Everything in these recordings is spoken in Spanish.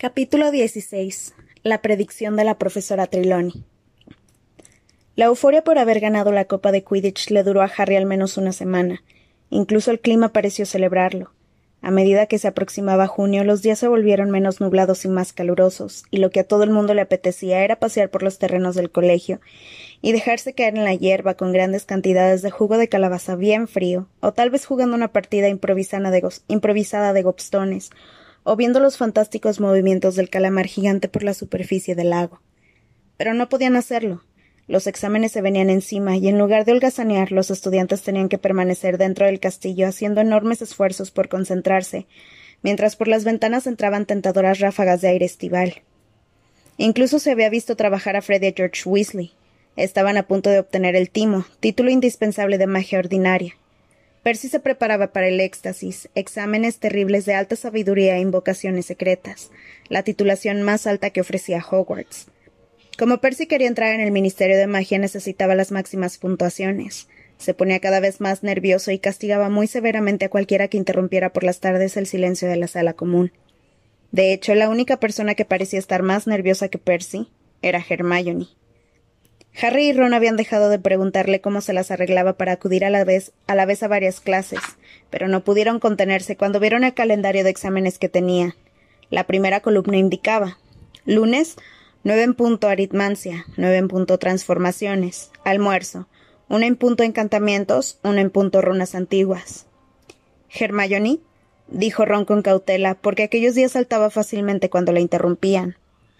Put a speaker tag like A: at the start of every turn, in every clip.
A: Capítulo 16. La predicción de la profesora Trelawney. La euforia por haber ganado la Copa de Quidditch le duró a Harry al menos una semana. Incluso el clima pareció celebrarlo. A medida que se aproximaba junio, los días se volvieron menos nublados y más calurosos, y lo que a todo el mundo le apetecía era pasear por los terrenos del colegio y dejarse caer en la hierba con grandes cantidades de jugo de calabaza bien frío, o tal vez jugando una partida improvisada de gobstones, o viendo los fantásticos movimientos del calamar gigante por la superficie del lago. Pero no podían hacerlo. Los exámenes se venían encima, y en lugar de holgazanear, los estudiantes tenían que permanecer dentro del castillo haciendo enormes esfuerzos por concentrarse, mientras por las ventanas entraban tentadoras ráfagas de aire estival. Incluso se había visto trabajar a Fred y a George Weasley. Estaban a punto de obtener el timo, título indispensable de magia ordinaria. Percy se preparaba para el éxtasis, exámenes terribles de alta sabiduría e invocaciones secretas, la titulación más alta que ofrecía Hogwarts. Como Percy quería entrar en el Ministerio de Magia, necesitaba las máximas puntuaciones. Se ponía cada vez más nervioso y castigaba muy severamente a cualquiera que interrumpiera por las tardes el silencio de la sala común. De hecho, la única persona que parecía estar más nerviosa que Percy era Hermione. Harry y Ron habían dejado de preguntarle cómo se las arreglaba para acudir a la vez a varias clases, pero no pudieron contenerse cuando vieron el calendario de exámenes que tenía. La primera columna indicaba: lunes, 9 en punto aritmancia, 9 en punto transformaciones, almuerzo, 1 en punto encantamientos, 1 en punto runas antiguas. —¿Hermione? —dijo Ron con cautela, porque aquellos días saltaba fácilmente cuando la interrumpían.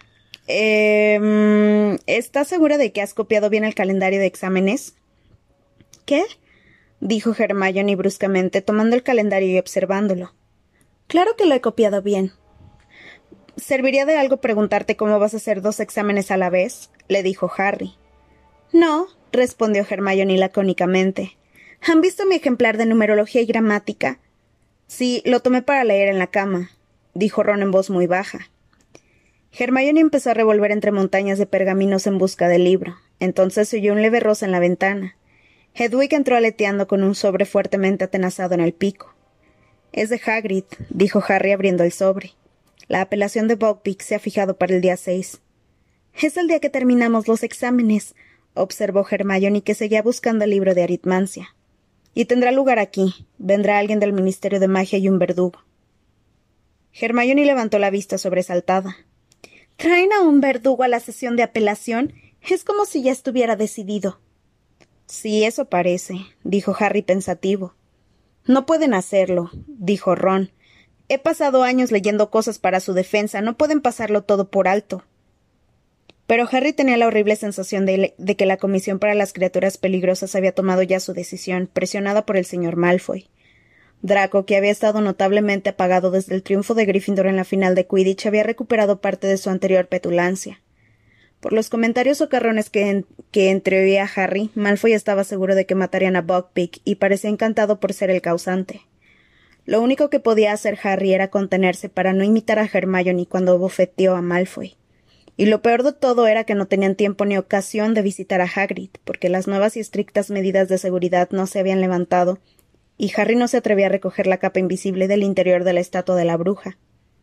A: ¿Estás segura de que has copiado bien el calendario de exámenes? —¿Qué? —dijo Hermione bruscamente, tomando el calendario y observándolo. —Claro que lo he copiado bien. —¿Serviría de algo preguntarte cómo vas a hacer 2 exámenes a la vez? —le dijo Harry. —No —respondió Hermione lacónicamente—. ¿Han visto mi ejemplar de numerología y gramática? —Sí, lo tomé para leer en la cama —dijo Ron en voz muy baja. Hermione empezó a revolver entre montañas de pergaminos en busca del libro. Entonces se oyó un leve roce en la ventana. Hedwig entró aleteando con un sobre fuertemente atenazado en el pico. —Es de Hagrid —dijo Harry abriendo el sobre—. La apelación de Buckbeak se ha fijado para el día 6. —Es el día que terminamos los exámenes —observó Hermione, que seguía buscando el libro de aritmancia—. Y tendrá lugar aquí. Vendrá alguien del Ministerio de Magia y un verdugo. Hermione levantó la vista sobresaltada. —¿Traen a un verdugo a la sesión de apelación? Es como si ya estuviera decidido. —Sí, eso parece —dijo Harry pensativo. —No pueden hacerlo —dijo Ron—. He pasado años leyendo cosas para su defensa. No pueden pasarlo todo por alto. Pero Harry tenía la horrible sensación de que la Comisión para las Criaturas Peligrosas había tomado ya su decisión, presionada por el señor Malfoy. Draco, que había estado notablemente apagado desde el triunfo de Gryffindor en la final de Quidditch, había recuperado parte de su anterior petulancia. Por los comentarios socarrones que entreoía Harry, Malfoy estaba seguro de que matarían a Buckbeak y parecía encantado por ser el causante. Lo único que podía hacer Harry era contenerse para no imitar a Hermione cuando bofeteó a Malfoy. Y lo peor de todo era que no tenían tiempo ni ocasión de visitar a Hagrid, porque las nuevas y estrictas medidas de seguridad no se habían levantado, y Harry no se atrevía a recoger la capa invisible del interior de la estatua de la bruja.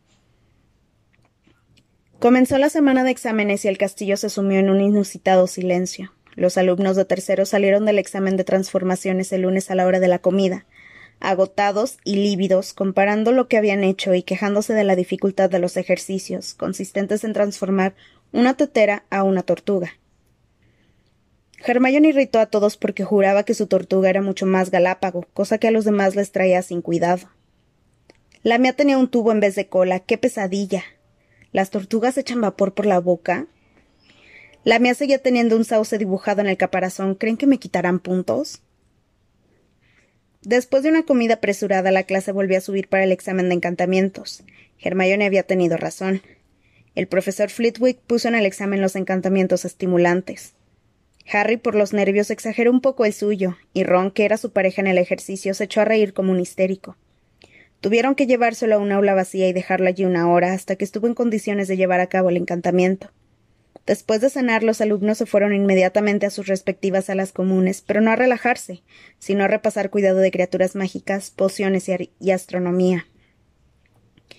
A: Comenzó la semana de exámenes y el castillo se sumió en un inusitado silencio. Los alumnos de tercero salieron del examen de transformaciones el lunes a la hora de la comida, agotados y lívidos, comparando lo que habían hecho y quejándose de la dificultad de los ejercicios, consistentes en transformar una tetera a una tortuga. Hermione irritó a todos porque juraba que su tortuga era mucho más galápago, cosa que a los demás les traía sin cuidado. La mía tenía un tubo en vez de cola. ¡Qué pesadilla! ¿Las tortugas echan vapor por la boca? La mía seguía teniendo un sauce dibujado en el caparazón. ¿Creen que me quitarán puntos? Después de una comida apresurada, la clase volvió a subir para el examen de encantamientos. Hermione había tenido razón. El profesor Flitwick puso en el examen los encantamientos estimulantes. Harry, por los nervios, exageró un poco el suyo, y Ron, que era su pareja en el ejercicio, se echó a reír como un histérico. Tuvieron que llevárselo a una aula vacía y dejarlo allí una hora, hasta que estuvo en condiciones de llevar a cabo el encantamiento. Después de cenar, los alumnos se fueron inmediatamente a sus respectivas salas comunes, pero no a relajarse, sino a repasar cuidado de criaturas mágicas, pociones y astronomía.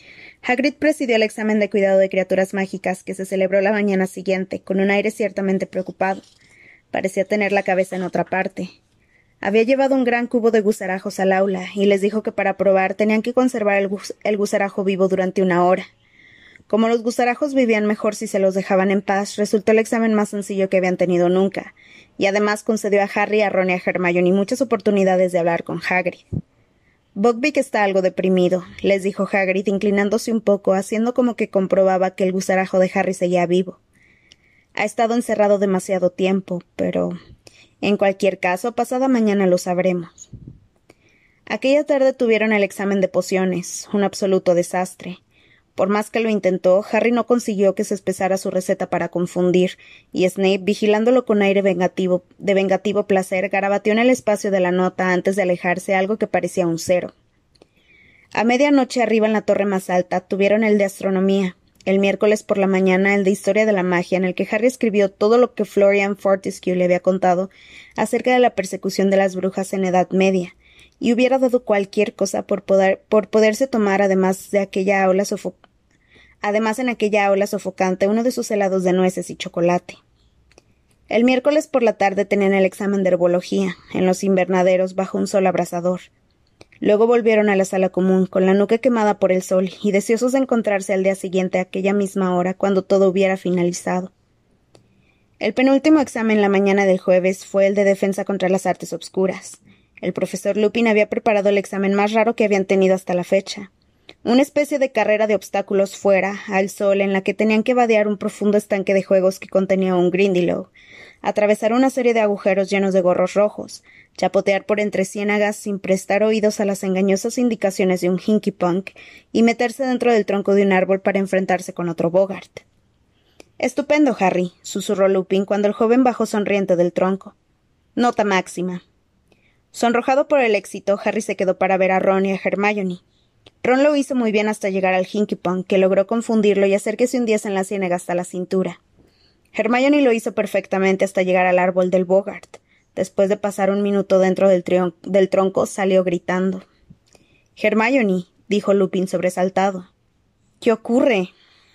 A: Hagrid presidió el examen de cuidado de criaturas mágicas que se celebró la mañana siguiente, con un aire ciertamente preocupado. Parecía tener la cabeza en otra parte. Había llevado un gran cubo de gusarajos al aula, y les dijo que para probar tenían que conservar el gusarajo vivo durante 1 hora. Como los gusarajos vivían mejor si se los dejaban en paz, resultó el examen más sencillo que habían tenido nunca, y además concedió a Harry, a Ron y a Hermione muchas oportunidades de hablar con Hagrid. Buckbeak está algo deprimido, les dijo Hagrid, inclinándose un poco, haciendo como que comprobaba que el gusarajo de Harry seguía vivo. Ha estado encerrado demasiado tiempo, pero en cualquier caso, pasada mañana lo sabremos. Aquella tarde tuvieron el examen de pociones, un absoluto desastre. Por más que lo intentó, Harry no consiguió que se espesara su receta para confundir, y Snape, vigilándolo con aire de vengativo placer, garabateó en el espacio de la nota antes de alejarse algo que parecía un 0. A medianoche, arriba en la torre más alta, tuvieron el de astronomía. El miércoles por la mañana, el de historia de la magia, en el que Harry escribió todo lo que Florian Fortescue le había contado acerca de la persecución de las brujas en Edad Media, y hubiera dado cualquier cosa por poderse tomar, además en aquella aula sofocante, uno de sus helados de nueces y chocolate. El miércoles por la tarde tenían el examen de herbología, en los invernaderos, bajo un sol abrasador. Luego volvieron a la sala común, con la nuca quemada por el sol, y deseosos de encontrarse al día siguiente a aquella misma hora, cuando todo hubiera finalizado. El penúltimo examen la mañana del jueves fue el de defensa contra las artes obscuras. El profesor Lupin había preparado el examen más raro que habían tenido hasta la fecha. Una especie de carrera de obstáculos fuera, al sol, en la que tenían que vadear un profundo estanque de juegos que contenía un Grindylow, atravesar una serie de agujeros llenos de gorros rojos, chapotear por entre ciénagas sin prestar oídos a las engañosas indicaciones de un Hinky Punk y meterse dentro del tronco de un árbol para enfrentarse con otro Bogart. —Estupendo, Harry —susurró Lupin cuando el joven bajó sonriente del tronco—. Nota máxima. Sonrojado por el éxito, Harry se quedó para ver a Ron y a Hermione. Ron lo hizo muy bien hasta llegar al Hinky Punk, que logró confundirlo y hacer que se hundiese en la ciénaga hasta la cintura. Hermione lo hizo perfectamente hasta llegar al árbol del Bogart. Después de pasar un minuto dentro del tronco, salió gritando. —Hermione —dijo Lupin sobresaltado—, ¿qué ocurre?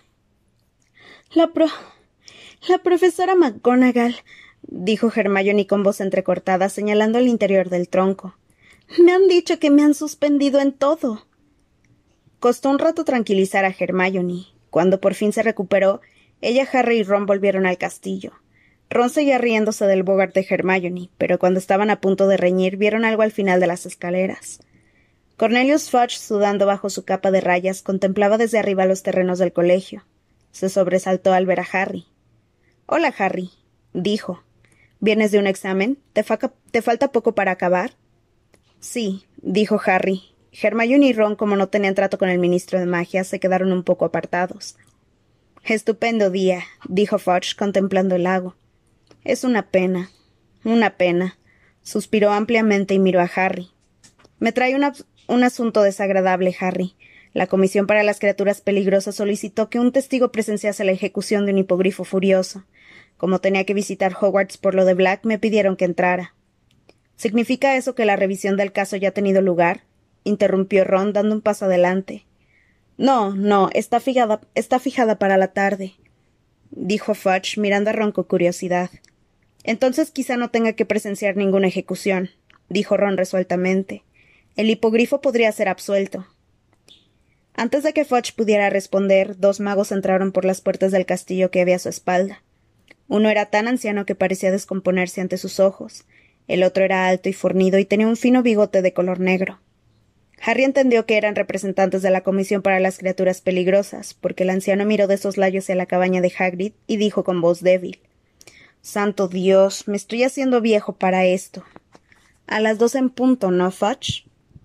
A: La profesora McGonagall —dijo Hermione con voz entrecortada, señalando el interior del tronco—. Me han dicho que me han suspendido en todo. Costó un rato tranquilizar a Hermione. Cuando por fin se recuperó, ella, Harry y Ron volvieron al castillo. Ron seguía riéndose del Bogart de Hermione, pero cuando estaban a punto de reñir, vieron algo al final de las escaleras. Cornelius Fudge, sudando bajo su capa de rayas, contemplaba desde arriba los terrenos del colegio. Se sobresaltó al ver a Harry. —Hola, Harry —dijo—. ¿Vienes de un examen? ¿Te falta poco para acabar? —Sí —dijo Harry. Hermione y Ron, como no tenían trato con el ministro de magia, se quedaron un poco apartados. —Estupendo día —dijo Fudge, contemplando el lago. —Es una pena. Suspiró ampliamente y miró a Harry. —Me trae un asunto desagradable, Harry. La Comisión para las Criaturas Peligrosas solicitó que un testigo presenciase la ejecución de un hipogrifo furioso. Como tenía que visitar Hogwarts por lo de Black, me pidieron que entrara. —¿Significa eso que la revisión del caso ya ha tenido lugar? —interrumpió Ron, dando un paso adelante. No, está fijada para la tarde —dijo Fudge, mirando a Ron con curiosidad. —Entonces quizá no tenga que presenciar ninguna ejecución —dijo Ron resueltamente—. El hipogrifo podría ser absuelto. Antes de que Fudge pudiera responder, 2 magos entraron por las puertas del castillo que había a su espalda. Uno era tan anciano que parecía descomponerse ante sus ojos. El otro era alto y fornido y tenía un fino bigote de color negro. Harry entendió que eran representantes de la Comisión para las Criaturas Peligrosas, porque el anciano miró de soslayo hacia la cabaña de Hagrid y dijo con voz débil: —Santo Dios, me estoy haciendo viejo para esto. A las 2 en punto, ¿no, Fudge?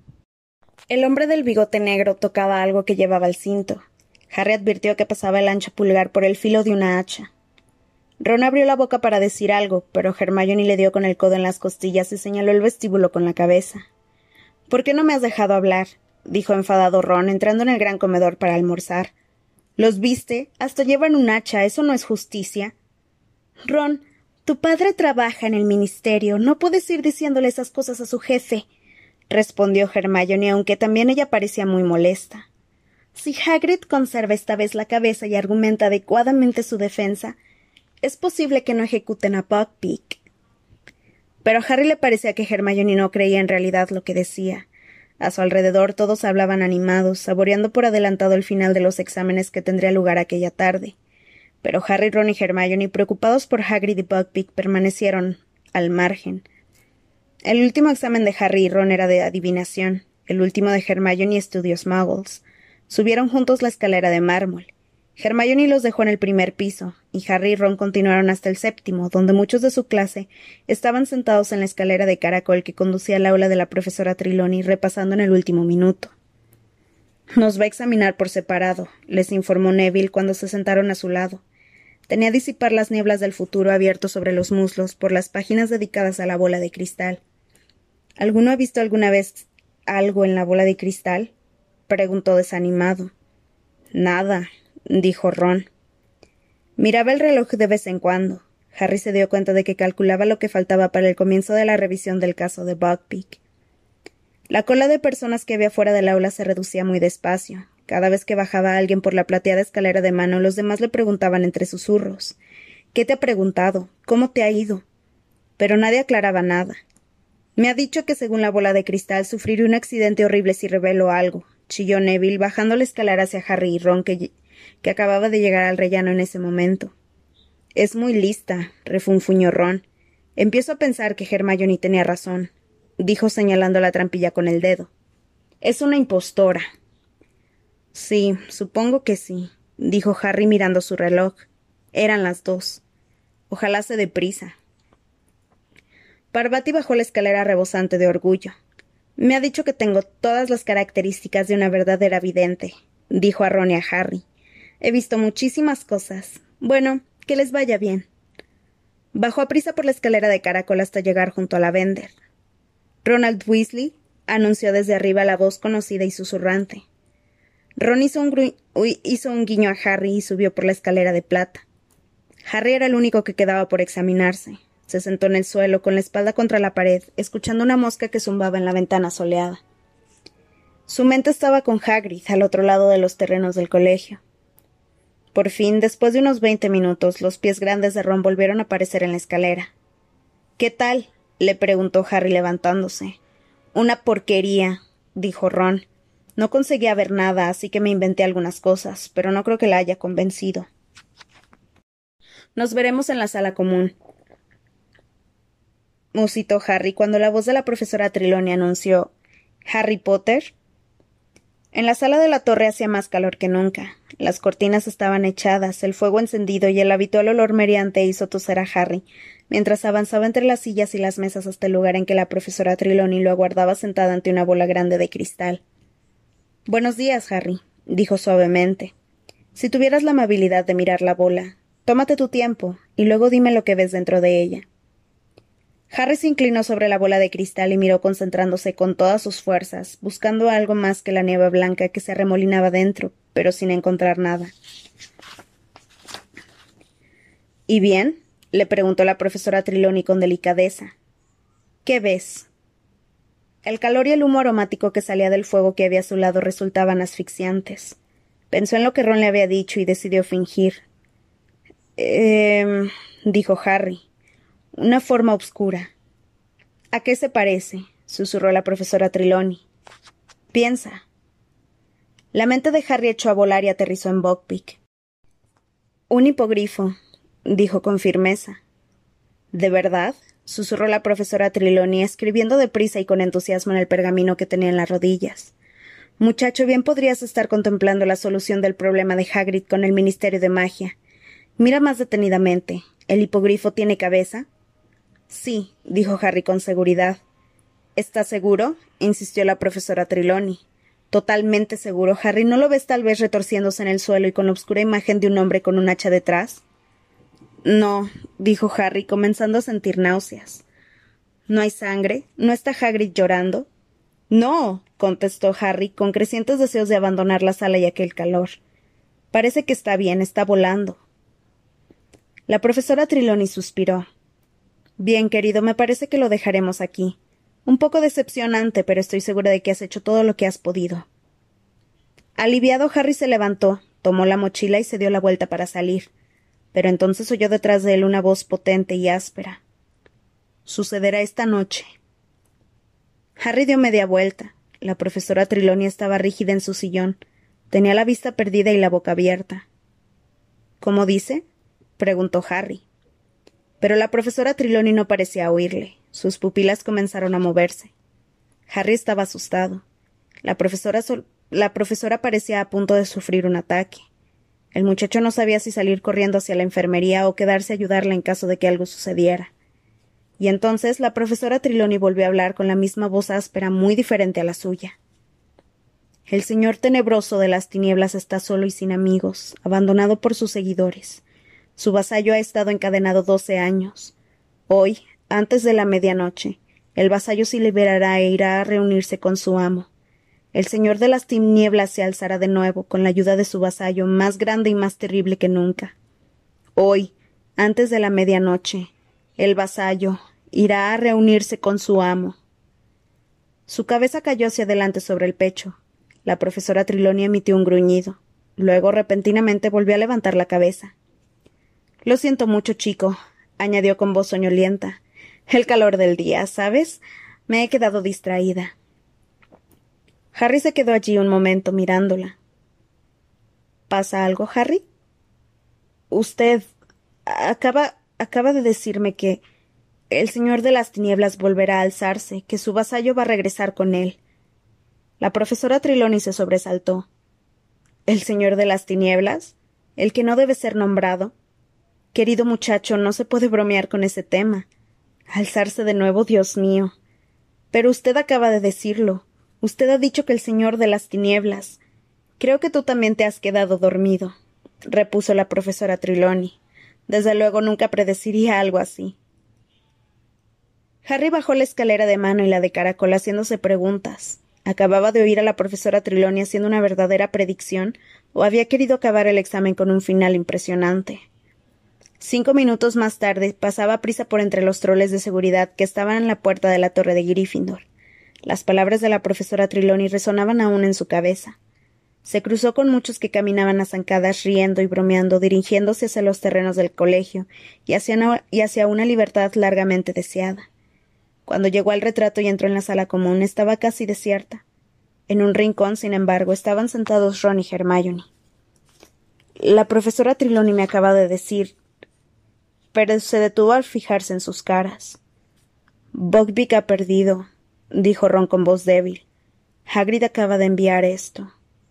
A: El hombre del bigote negro tocaba algo que llevaba al cinto. Harry advirtió que pasaba el ancho pulgar por el filo de una hacha. Ron abrió la boca para decir algo, pero Hermione le dio con el codo en las costillas y señaló el vestíbulo con la cabeza. —¿Por qué no me has dejado hablar? —dijo enfadado Ron, entrando en el gran comedor para almorzar. —¿Los viste? Hasta llevan un hacha. ¿Eso no es justicia? —Ron, tu padre trabaja en el ministerio. No puedes ir diciéndole esas cosas a su jefe —respondió Hermione, aunque también ella parecía muy molesta. Si Hagrid conserva esta vez la cabeza y argumenta adecuadamente su defensa, es posible que no ejecuten a Buckbeak. Pero a Harry le parecía que Hermione no creía en realidad lo que decía. A su alrededor todos hablaban animados, saboreando por adelantado el final de los exámenes que tendría lugar aquella tarde. Pero Harry, Ron y Hermione, preocupados por Hagrid y Buckbeak, permanecieron al margen. El último examen de Harry y Ron era de adivinación, el último de Hermione estudios Muggles. Subieron juntos la escalera de mármol. Hermione los dejó en el primer piso, y Harry y Ron continuaron hasta el séptimo, donde muchos de su clase estaban sentados en la escalera de caracol que conducía al aula de la profesora Trelawney, repasando en el último minuto. «Nos va a examinar por separado», les informó Neville cuando se sentaron a su lado. Tenía a disipar las nieblas del futuro abierto sobre los muslos por las páginas dedicadas a la bola de cristal. «¿Alguno ha visto alguna vez algo en la bola de cristal?», preguntó desanimado. «Nada», dijo Ron. Miraba el reloj de vez en cuando. Harry se dio cuenta de que calculaba lo que faltaba para el comienzo de la revisión del caso de Buckbeak. La cola de personas que había fuera del aula se reducía muy despacio. Cada vez que bajaba alguien por la plateada escalera de mano, los demás le preguntaban entre susurros: «¿Qué te ha preguntado? ¿Cómo te ha ido?». Pero nadie aclaraba nada. «Me ha dicho que según la bola de cristal sufriré un accidente horrible si revelo algo», chilló Neville, bajando la escalera hacia Harry y Ron, que acababa de llegar al rellano en ese momento. «Es muy lista», refunfuñó Ron. «Empiezo a pensar que Hermione tenía razón», dijo señalando la trampilla con el dedo. «Es una impostora». «Sí, supongo que sí», dijo Harry mirando su reloj. Eran las 2. «Ojalá se dé prisa». Parvati bajó la escalera rebosante de orgullo. «Me ha dicho que tengo todas las características de una verdadera vidente», dijo a Ron y a Harry. «He visto muchísimas cosas. Bueno, que les vaya bien». Bajó a prisa por la escalera de caracol hasta llegar junto a la Lavender. «Ronald Weasley», anunció desde arriba la voz conocida y susurrante. Ron hizo un guiño a Harry y subió por la escalera de plata. Harry era el único que quedaba por examinarse. Se sentó en el suelo, con la espalda contra la pared, escuchando una mosca que zumbaba en la ventana soleada. Su mente estaba con Hagrid, al otro lado de los terrenos del colegio. Por fin, después de unos 20 minutos, los pies grandes de Ron volvieron a aparecer en la escalera. «¿Qué tal?», le preguntó Harry levantándose. «Una porquería», dijo Ron. «No conseguía ver nada, así que me inventé algunas cosas, pero no creo que la haya convencido». «Nos veremos en la sala común», musitó Harry cuando la voz de la profesora Trelawney anunció: «¿Harry Potter?». En la sala de la torre hacía más calor que nunca. Las cortinas estaban echadas, el fuego encendido y el habitual olor meriante hizo toser a Harry, mientras avanzaba entre las sillas y las mesas hasta el lugar en que la profesora Trelawney lo aguardaba sentada ante una bola grande de cristal. «Buenos días, Harry», dijo suavemente. «Si tuvieras la amabilidad de mirar la bola, tómate tu tiempo y luego dime lo que ves dentro de ella». Harry se inclinó sobre la bola de cristal y miró concentrándose con todas sus fuerzas, buscando algo más que la nieve blanca que se arremolinaba dentro, pero sin encontrar nada. «¿Y bien?», le preguntó la profesora Trelawney con delicadeza. «¿Qué ves?». El calor y el humo aromático que salía del fuego que había a su lado resultaban asfixiantes. Pensó en lo que Ron le había dicho y decidió fingir. Dijo Harry. «Una forma oscura». «¿A qué se parece?», susurró la profesora Trelawney. «Piensa». La mente de Harry echó a volar y aterrizó en Buckbeak. «Un hipogrifo», dijo con firmeza. «¿De verdad?», susurró la profesora Trelawney, escribiendo deprisa y con entusiasmo en el pergamino que tenía en las rodillas. «Muchacho, bien podrías estar contemplando la solución del problema de Hagrid con el Ministerio de Magia. Mira más detenidamente. ¿El hipogrifo tiene cabeza?». «Sí», dijo Harry con seguridad. «¿Estás seguro?», insistió la profesora Trelawney. «Totalmente seguro, Harry. ¿No lo ves tal vez retorciéndose en el suelo y con la oscura imagen de un hombre con un hacha detrás?». «No», dijo Harry, comenzando a sentir náuseas. «¿No hay sangre? ¿No está Hagrid llorando?». «No», contestó Harry, con crecientes deseos de abandonar la sala y aquel calor. «Parece que está bien, está volando». La profesora Trelawney suspiró. «Bien, querido, me parece que lo dejaremos aquí. Un poco decepcionante, pero estoy segura de que has hecho todo lo que has podido». Aliviado, Harry se levantó, tomó la mochila y se dio la vuelta para salir. Pero entonces oyó detrás de él una voz potente y áspera. «Sucederá esta noche». Harry dio media vuelta. La profesora Trelawney estaba rígida en su sillón. Tenía la vista perdida y la boca abierta. «¿Cómo dice?», preguntó Harry. Pero la profesora Trelawney no parecía oírle. Sus pupilas comenzaron a moverse. Harry estaba asustado. La profesora parecía a punto de sufrir un ataque. El muchacho no sabía si salir corriendo hacia la enfermería o quedarse a ayudarla en caso de que algo sucediera. Y entonces la profesora Trelawney volvió a hablar con la misma voz áspera, muy diferente a la suya. «El señor tenebroso de las tinieblas está solo y sin amigos, abandonado por sus seguidores. Su vasallo ha estado encadenado 12 años. Hoy, antes de la medianoche, el vasallo se liberará e irá a reunirse con su amo. El señor de las tinieblas se alzará de nuevo, con la ayuda de su vasallo, más grande y más terrible que nunca. Hoy, antes de la medianoche, el vasallo irá a reunirse con su amo». Su cabeza cayó hacia adelante sobre el pecho. La profesora Trelawney emitió un gruñido. Luego, repentinamente, volvió a levantar la cabeza. «Lo siento mucho, chico», añadió con voz soñolienta. «El calor del día, ¿sabes? Me he quedado distraída». Harry se quedó allí un momento mirándola. «¿Pasa algo, Harry?» «Usted acaba de decirme que el señor de las tinieblas volverá a alzarse, que su vasallo va a regresar con él». La profesora Trelawney se sobresaltó. «¿El señor de las tinieblas? ¿El que no debe ser nombrado? Querido muchacho, no se puede bromear con ese tema. Alzarse de nuevo, Dios mío. Pero usted acaba de decirlo. Usted ha dicho que el señor de las tinieblas. Creo que tú también te has quedado dormido», repuso la profesora Trelawney. «Desde luego nunca predeciría algo así». Harry bajó la escalera de mano y la de caracol haciéndose preguntas. ¿Acababa de oír a la profesora Trelawney haciendo una verdadera predicción o había querido acabar el examen con un final impresionante? 5 minutos más tarde pasaba prisa por entre los troles de seguridad que estaban en la puerta de la torre de Gryffindor. Las palabras de la profesora Trelawney resonaban aún en su cabeza. Se cruzó con muchos que caminaban a zancadas riendo y bromeando, dirigiéndose hacia los terrenos del colegio y hacia una libertad largamente deseada. Cuando llegó al retrato y entró en la sala común, estaba casi desierta. En un rincón, sin embargo, estaban sentados Ron y Hermione. «La profesora Trelawney me acaba de decir», pero se detuvo al fijarse en sus caras. «Buckbeak ha perdido», dijo Ron con voz débil. «Hagrid acaba de enviar esto».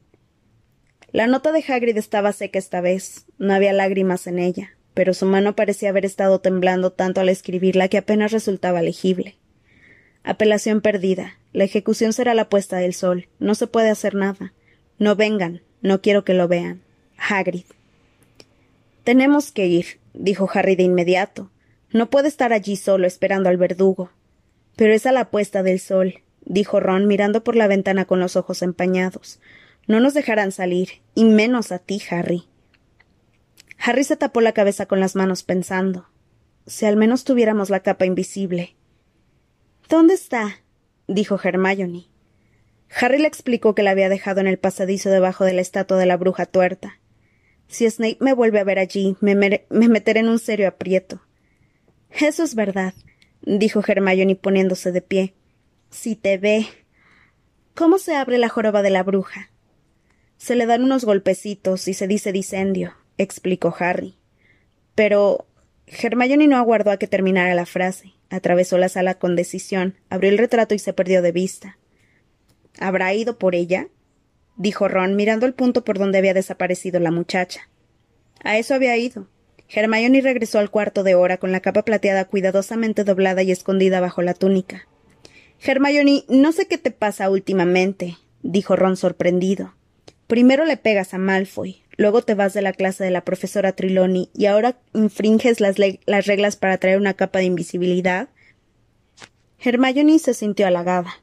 A: La nota de Hagrid estaba seca esta vez. No había lágrimas en ella, pero su mano parecía haber estado temblando tanto al escribirla que apenas resultaba legible. «Apelación perdida. La ejecución será la puesta del sol. No se puede hacer nada. No vengan. No quiero que lo vean. Hagrid». «Tenemos que ir», dijo Harry de inmediato. «No puede estar allí solo esperando al verdugo». «Pero es a la puesta del sol», dijo Ron mirando por la ventana con los ojos empañados. «No nos dejarán salir, y menos a ti, Harry». Harry se tapó la cabeza con las manos pensando. «Si al menos tuviéramos la capa invisible». «¿Dónde está?», dijo Hermione. Harry le explicó que la había dejado en el pasadizo debajo de la estatua de la bruja tuerta. «Si Snape me vuelve a ver allí, me meteré en un serio aprieto». «Eso es verdad», dijo Hermione poniéndose de pie. «Si te ve». «¿Cómo se abre la joroba de la bruja?». «Se le dan unos golpecitos y se dice dicendio», explicó Harry. Pero Hermione no aguardó a que terminara la frase. Atravesó la sala con decisión, abrió el retrato y se perdió de vista. «¿Habrá ido por ella?», dijo Ron, mirando el punto por donde había desaparecido la muchacha. A eso había ido. Hermione regresó al cuarto de hora con la capa plateada cuidadosamente doblada y escondida bajo la túnica. «Hermione, no sé qué te pasa últimamente», dijo Ron sorprendido. «Primero le pegas a Malfoy, luego te vas de la clase de la profesora Trelawney y ahora infringes las reglas para traer una capa de invisibilidad». Hermione se sintió halagada.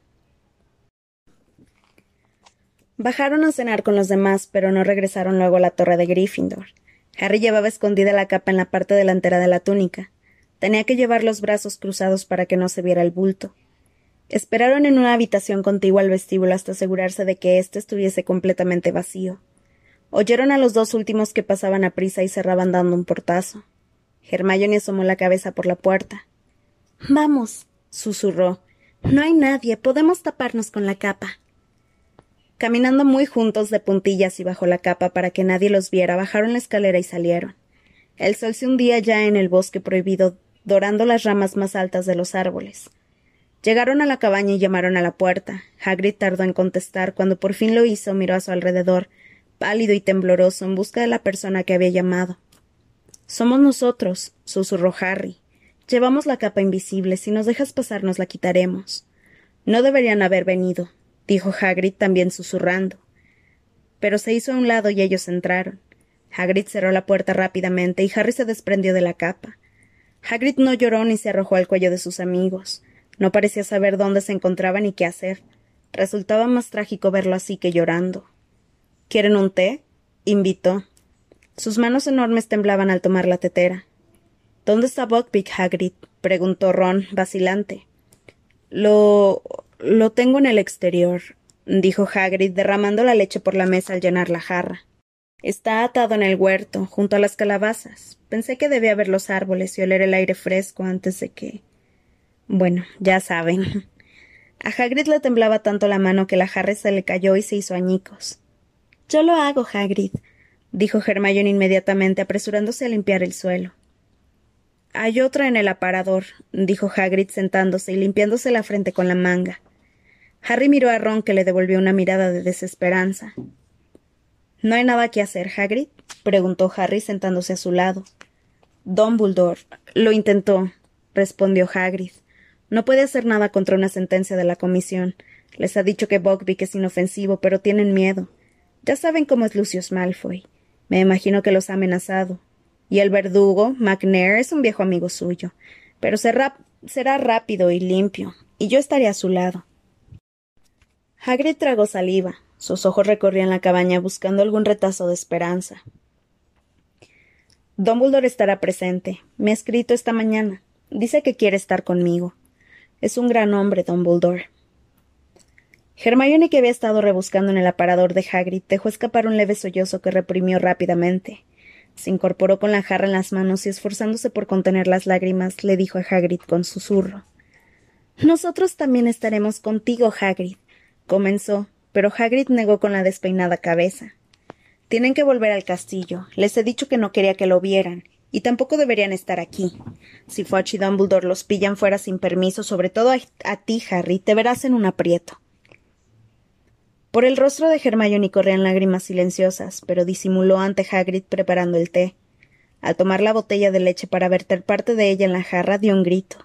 A: Bajaron a cenar con los demás, pero no regresaron luego a la torre de Gryffindor. Harry llevaba escondida la capa en la parte delantera de la túnica. Tenía que llevar los brazos cruzados para que no se viera el bulto. Esperaron en una habitación contigua al vestíbulo hasta asegurarse de que éste estuviese completamente vacío. Oyeron a los dos últimos que pasaban a prisa y cerraban dando un portazo. Hermione asomó la cabeza por la puerta. —Vamos —susurró—. No hay nadie. Podemos taparnos con la capa. Caminando muy juntos de puntillas y bajo la capa para que nadie los viera, bajaron la escalera y salieron. El sol se hundía ya en el bosque prohibido, dorando las ramas más altas de los árboles. Llegaron a la cabaña y llamaron a la puerta. Hagrid tardó en contestar. Cuando por fin lo hizo, miró a su alrededor, pálido y tembloroso, en busca de la persona que había llamado. —Somos nosotros —susurró Harry—. Llevamos la capa invisible. Si nos dejas pasar, nos la quitaremos. No deberían haber venido —dijo Hagrid, también susurrando. Pero se hizo a un lado y ellos entraron. Hagrid cerró la puerta rápidamente y Harry se desprendió de la capa. Hagrid no lloró ni se arrojó al cuello de sus amigos. No parecía saber dónde se encontraba ni qué hacer. Resultaba más trágico verlo así que llorando. —¿Quieren un té? —invitó. Sus manos enormes temblaban al tomar la tetera. —¿Dónde está Buckbeak, Hagrid? —preguntó Ron, vacilante. Lo tengo en el exterior —dijo Hagrid, derramando la leche por la mesa al llenar la jarra. Está atado en el huerto, junto a las calabazas. Pensé que debía ver los árboles y oler el aire fresco antes de que... Bueno, ya saben. A Hagrid le temblaba tanto la mano que la jarra se le cayó y se hizo añicos. —Yo lo hago, Hagrid —dijo Hermione inmediatamente, apresurándose a limpiar el suelo. —Hay otra en el aparador —dijo Hagrid sentándose y limpiándose la frente con la manga. Harry miró a Ron, que le devolvió una mirada de desesperanza. —¿No hay nada que hacer, Hagrid? —preguntó Harry sentándose a su lado. —Dumbledore lo intentó —respondió Hagrid—. No puede hacer nada contra una sentencia de la comisión. Les ha dicho que Buckbeak es inofensivo, pero tienen miedo. Ya saben cómo es Lucius Malfoy. Me imagino que los ha amenazado. Y el verdugo, McNair, es un viejo amigo suyo. Pero será rápido y limpio, y yo estaré a su lado. Hagrid tragó saliva. Sus ojos recorrían la cabaña buscando algún retazo de esperanza. Dumbledore estará presente. Me ha escrito esta mañana. Dice que quiere estar conmigo. Es un gran hombre, Dumbledore. Hermione, que había estado rebuscando en el aparador de Hagrid, dejó escapar un leve sollozo que reprimió rápidamente. Se incorporó con la jarra en las manos y, esforzándose por contener las lágrimas, le dijo a Hagrid con susurro. —Nosotros también estaremos contigo, Hagrid —comenzó, pero Hagrid negó con la despeinada cabeza. —Tienen que volver al castillo. Les he dicho que no quería que lo vieran. Y tampoco deberían estar aquí. Si Fudge y Dumbledore los pillan fuera sin permiso, sobre todo a ti, Harry, te verás en un aprieto. Por el rostro de Hermione corrían lágrimas silenciosas, pero disimuló ante Hagrid preparando el té. Al tomar la botella de leche para verter parte de ella en la jarra, dio un grito.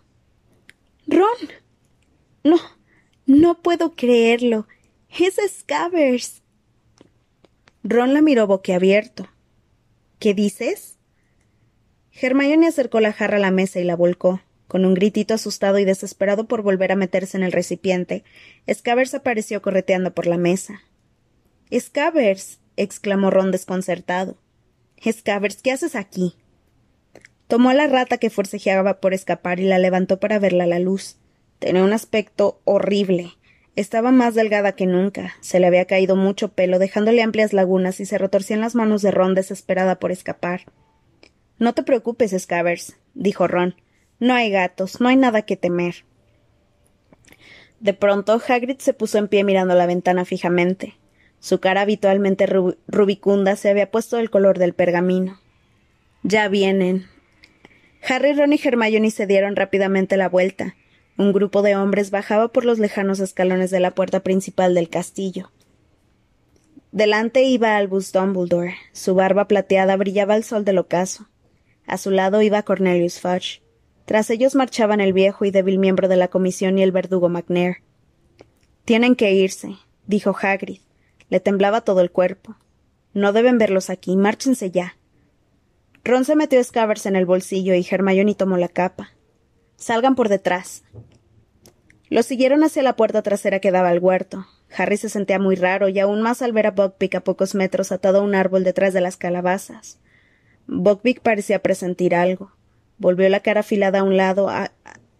A: —¡Ron! No puedo creerlo. ¡Es Scabbers! Ron la miró boquiabierto. —¿Qué dices? Hermione acercó la jarra a la mesa y la volcó. Con un gritito asustado y desesperado por volver a meterse en el recipiente, Scabbers apareció correteando por la mesa. —¡Scabbers! —exclamó Ron desconcertado. —Scabbers, ¿qué haces aquí? Tomó a la rata que forcejeaba por escapar y la levantó para verla a la luz. Tenía un aspecto horrible. Estaba más delgada que nunca. Se le había caído mucho pelo, dejándole amplias lagunas, y se retorcía en las manos de Ron desesperada por escapar. —No te preocupes, Scabbers —dijo Ron—. No hay gatos, no hay nada que temer. De pronto, Hagrid se puso en pie mirando la ventana fijamente. Su cara habitualmente rubicunda se había puesto del color del pergamino. —Ya vienen. Harry, Ron y Hermione se dieron rápidamente la vuelta. Un grupo de hombres bajaba por los lejanos escalones de la puerta principal del castillo. Delante iba Albus Dumbledore. Su barba plateada brillaba al sol del ocaso. A su lado iba Cornelius Fudge. Tras ellos marchaban el viejo y débil miembro de la comisión y el verdugo McNair. —Tienen que irse —dijo Hagrid. Le temblaba todo el cuerpo. —No deben verlos aquí. Márchense ya. Ron se metió Scabbers en el bolsillo y Hermione tomó la capa. —Salgan por detrás. Los siguieron hacia la puerta trasera que daba al huerto. Harry se sentía muy raro, y aún más al ver a Buckbeak a pocos metros atado a un árbol detrás de las calabazas. Buckbeak parecía presentir algo. Volvió la cara afilada a un lado,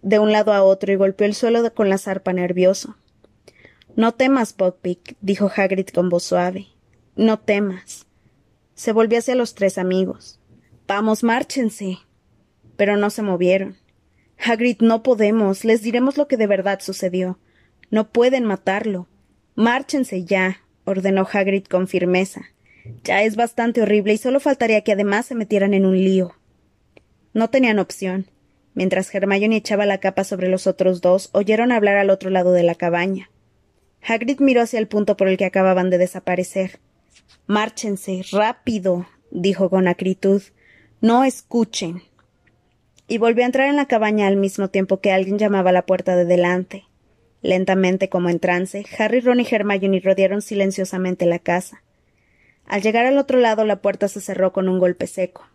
A: de un lado a otro y golpeó el suelo con la zarpa nervioso. «No temas, Buckbeak», dijo Hagrid con voz suave. «No temas». Se volvió hacia los tres amigos. «Vamos, márchense». Pero no se movieron. «Hagrid, no podemos. Les diremos lo que de verdad sucedió. No pueden matarlo. Márchense ya», ordenó Hagrid con firmeza. «Ya es bastante horrible y solo faltaría que además se metieran en un lío». No tenían opción. Mientras Hermione echaba la capa sobre los otros dos, oyeron hablar al otro lado de la cabaña. Hagrid miró hacia el punto por el que acababan de desaparecer. «Márchense, rápido», dijo con acritud. «No escuchen». Y volvió a entrar en la cabaña al mismo tiempo que alguien llamaba a la puerta de delante. Lentamente, como en trance, Harry, Ron y Hermione rodearon silenciosamente la casa. Al llegar al otro lado, la puerta se cerró con un golpe seco.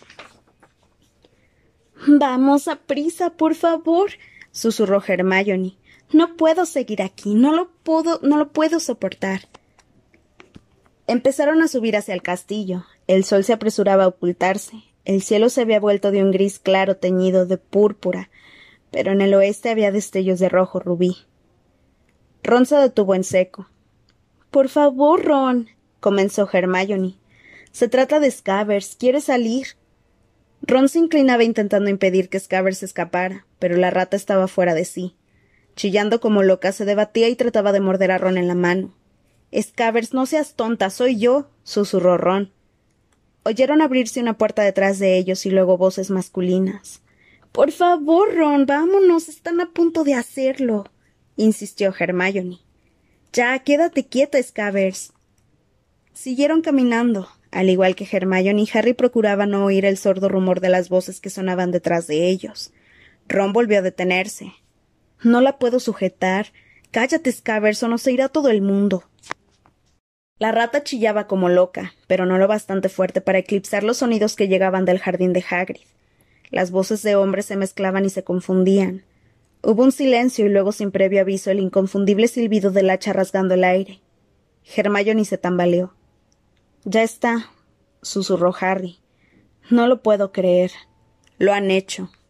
A: «Vamos, a prisa, por favor», susurró Hermione. «No puedo seguir aquí, no lo puedo soportar». Empezaron a subir hacia el castillo. El sol se apresuraba a ocultarse. El cielo se había vuelto de un gris claro teñido de púrpura, pero en el oeste había destellos de rojo rubí. Ron se detuvo en seco. «Por favor, Ron», comenzó Hermione. «Se trata de Scabbers. Quiere salir». Ron se inclinaba intentando impedir que Scabbers escapara, pero la rata estaba fuera de sí. Chillando como loca, se debatía y trataba de morder a Ron en la mano. «Scabbers, no seas tonta, soy yo», susurró Ron. Oyeron abrirse una puerta detrás de ellos y luego voces masculinas. «Por favor, Ron, vámonos, están a punto de hacerlo», insistió Hermione. «Ya, quédate quieta, Scabbers». Siguieron caminando. Al igual que Hermione, Harry procuraba no oír el sordo rumor de las voces que sonaban detrás de ellos. Ron volvió a detenerse. «No la puedo sujetar. Cállate, Scabbers, o nos se irá todo el mundo». La rata chillaba como loca, pero no lo bastante fuerte para eclipsar los sonidos que llegaban del jardín de Hagrid. Las voces de hombres se mezclaban y se confundían. Hubo un silencio y luego, sin previo aviso, el inconfundible silbido del hacha rasgando el aire. Hermione se tambaleó. «Ya está», susurró Harry. «No lo puedo creer. Lo han hecho».